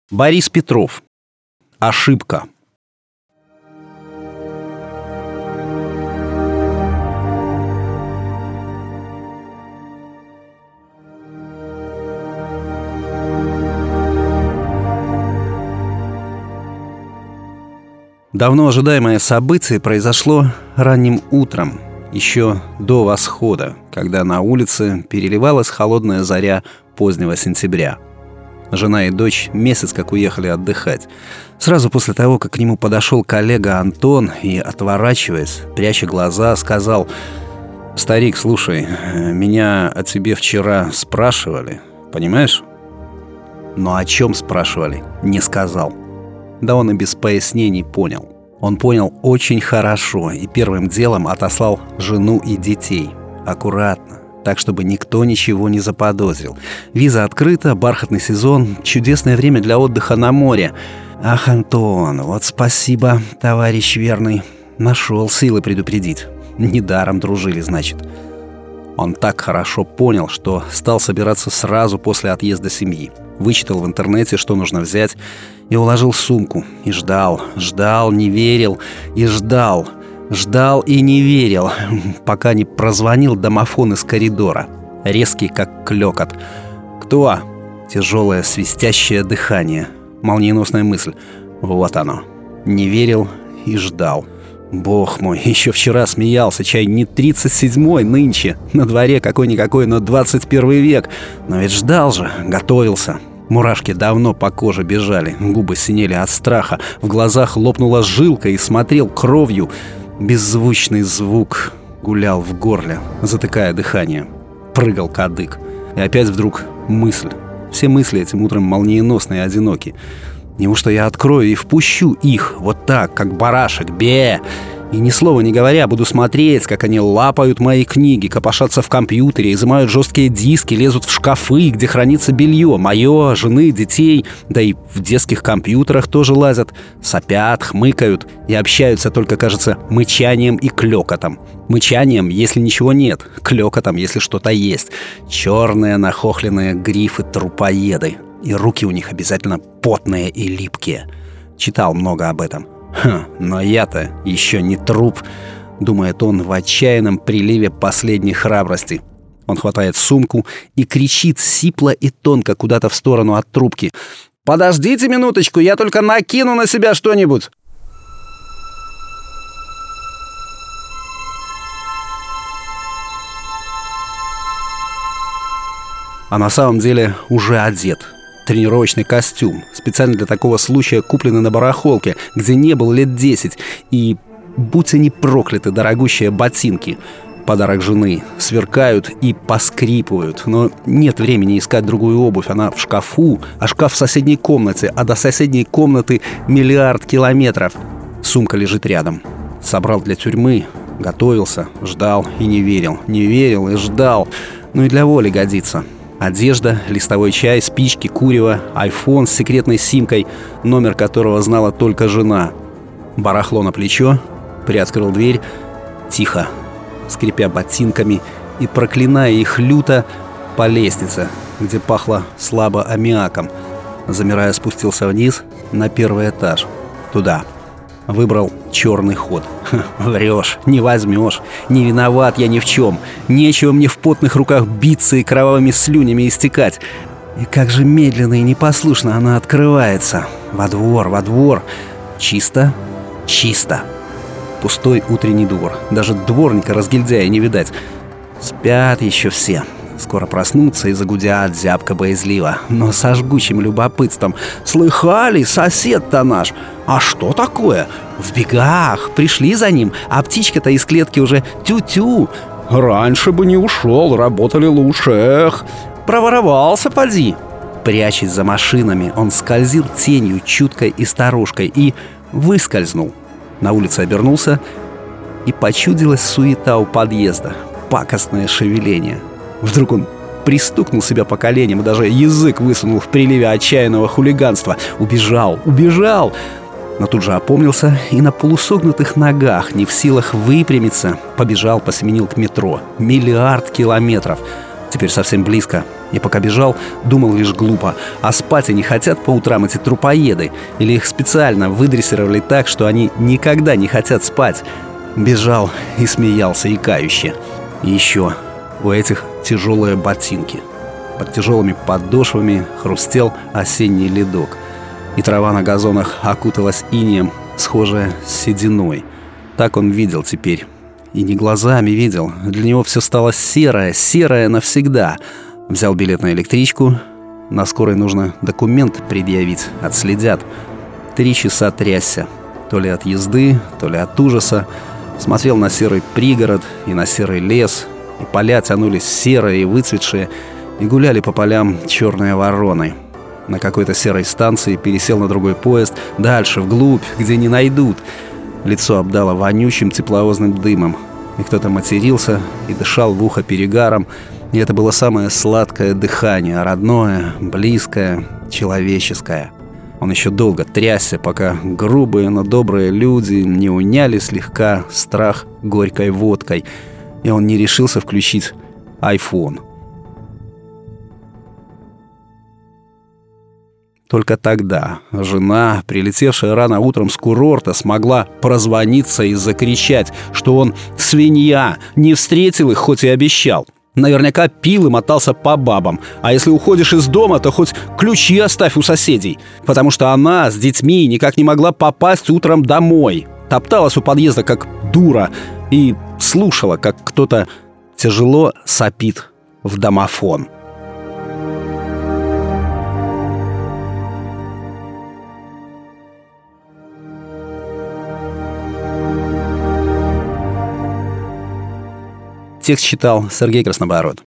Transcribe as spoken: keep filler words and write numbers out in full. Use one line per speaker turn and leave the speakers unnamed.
Борис Петров. Ошибка. Давно ожидаемое событие произошло ранним утром, еще до восхода, когда на улице переливалась холодная заря позднего сентября. Жена и дочь месяц как уехали отдыхать. Сразу после того, как к нему подошел коллега Антон и, отворачиваясь, пряча глаза, сказал: «Старик, слушай, меня о тебе вчера спрашивали, понимаешь?» Но о чем спрашивали, не сказал. Да он и без пояснений понял. Он понял очень хорошо и первым делом отослал жену и детей. Аккуратно, так, чтобы никто ничего не заподозрил. Виза открыта, бархатный сезон, чудесное время для отдыха на море. Ах, Антон, вот спасибо, товарищ верный. Нашел силы предупредить. Недаром дружили, значит. Он так хорошо понял, что стал собираться сразу после отъезда семьи. Вычитал в интернете, что нужно взять, и уложил сумку. И ждал, ждал, не верил, и ждал. Ждал и не верил, пока не прозвонил домофон из коридора. Резкий, как клёкот. «Кто?» Тяжелое свистящее дыхание. Молниеносная мысль. Вот оно. Не верил и ждал. Бог мой, еще вчера смеялся, чай не тридцать седьмой нынче. На дворе какой-никакой, но двадцать первый век. Но ведь ждал же, готовился. Мурашки давно по коже бежали, губы синели от страха, в глазах лопнула жилка и смотрел кровью. Беззвучный звук гулял в горле, затыкая дыхание. Прыгал кадык. И опять вдруг мысль. Все мысли этим утром молниеносные и одиноки. Неужто я открою и впущу их, вот так, как барашек, бе! И ни слова не говоря, буду смотреть, как они лапают мои книги, копошатся в компьютере, изымают жесткие диски, лезут в шкафы, где хранится белье, мое, жены, детей, да и в детских компьютерах тоже лазят, сопят, хмыкают и общаются только, кажется, мычанием и клёкотом. Мычанием, если ничего нет, клёкотом, если что-то есть. Черные нахохленные грифы-трупоеды. И руки у них обязательно потные и липкие. Читал много об этом. Хм, но я-то еще не труп, думает он в отчаянном приливе последней храбрости. Он хватает сумку и кричит сипло и тонко куда-то в сторону от трубки: «Подождите минуточку, я только накину на себя что-нибудь!» А на самом деле уже одет. Тренировочный костюм, специально для такого случая купленный на барахолке, где не был лет десять, и, будь они прокляты, дорогущие ботинки. Подарок жены. Сверкают и поскрипывают, но нет времени искать другую обувь, она в шкафу, а шкаф в соседней комнате, а до соседней комнаты миллиард километров. Сумка лежит рядом. Собрал для тюрьмы, готовился, ждал и не верил, не верил и ждал, ну и для воли годится. Одежда, листовой чай, спички, курево, айфон с секретной симкой, номер которого знала только жена. Барахло на плечо, приоткрыл дверь. Тихо, скрипя ботинками и проклиная их люто, по лестнице, где пахло слабо аммиаком. Замирая, спустился вниз на первый этаж. Туда. Выбрал черный ход. Врешь, не возьмешь. Не виноват я ни в чем. Нечего мне в потных руках биться и кровавыми слюнями истекать. И как же медленно и непослушно она открывается. Во двор, во двор. Чисто, чисто. Пустой утренний двор. Даже дворника разгильдяя не видать. Спят еще все. Скоро проснутся и загудят зябко-боязливо, но со жгучим любопытством. «Слыхали, сосед-то наш! А что такое? В бегах! Пришли за ним, а птичка-то из клетки уже тю-тю! Раньше бы не ушел, работали лучше, эх! Проворовался, поди!» Прячась за машинами, он скользил тенью чуткой и старушкой и выскользнул. На улице обернулся, и почудилась суета у подъезда, пакостное шевеление. Вдруг он пристукнул себя по коленям и даже язык высунул в приливе отчаянного хулиганства. Убежал, убежал! Но тут же опомнился и на полусогнутых ногах, не в силах выпрямиться, побежал, посеменил к метро. Миллиард километров. Теперь совсем близко. И пока бежал, думал лишь глупо. А спать и не хотят по утрам эти трупоеды? Или их специально выдрессировали так, что они никогда не хотят спать? Бежал и смеялся икающе. И еще у этих тяжелые ботинки. Под тяжелыми подошвами хрустел осенний ледок. И трава на газонах окуталась инеем, схожая с сединой. Так он видел теперь. И не глазами видел. Для него все стало серое, серое навсегда. Взял билет на электричку. На скорой нужно документ предъявить, отследят. Три часа трясся. То ли от езды, то ли от ужаса. Смотрел на серый пригород и на серый лес. И поля тянулись серые и выцветшие. И гуляли по полям черные вороны. На какой-то серой станции пересел на другой поезд. Дальше, вглубь, где не найдут. Лицо обдало вонючим тепловозным дымом. И кто-то матерился и дышал в ухо перегаром. И это было самое сладкое дыхание, родное, близкое, человеческое. Он еще долго трясся, пока грубые, но добрые люди не уняли слегка страх горькой водкой. И он не решился включить айфон. Только тогда жена, прилетевшая рано утром с курорта, смогла прозвониться и закричать, что он свинья, не встретил их, хоть и обещал. Наверняка пил и мотался по бабам. А если уходишь из дома, то хоть ключи оставь у соседей. Потому что она с детьми никак не могла попасть утром домой. Топталась у подъезда как дура и слушала, как кто-то тяжело сопит в домофон. Текст читал Сергей Краснобород.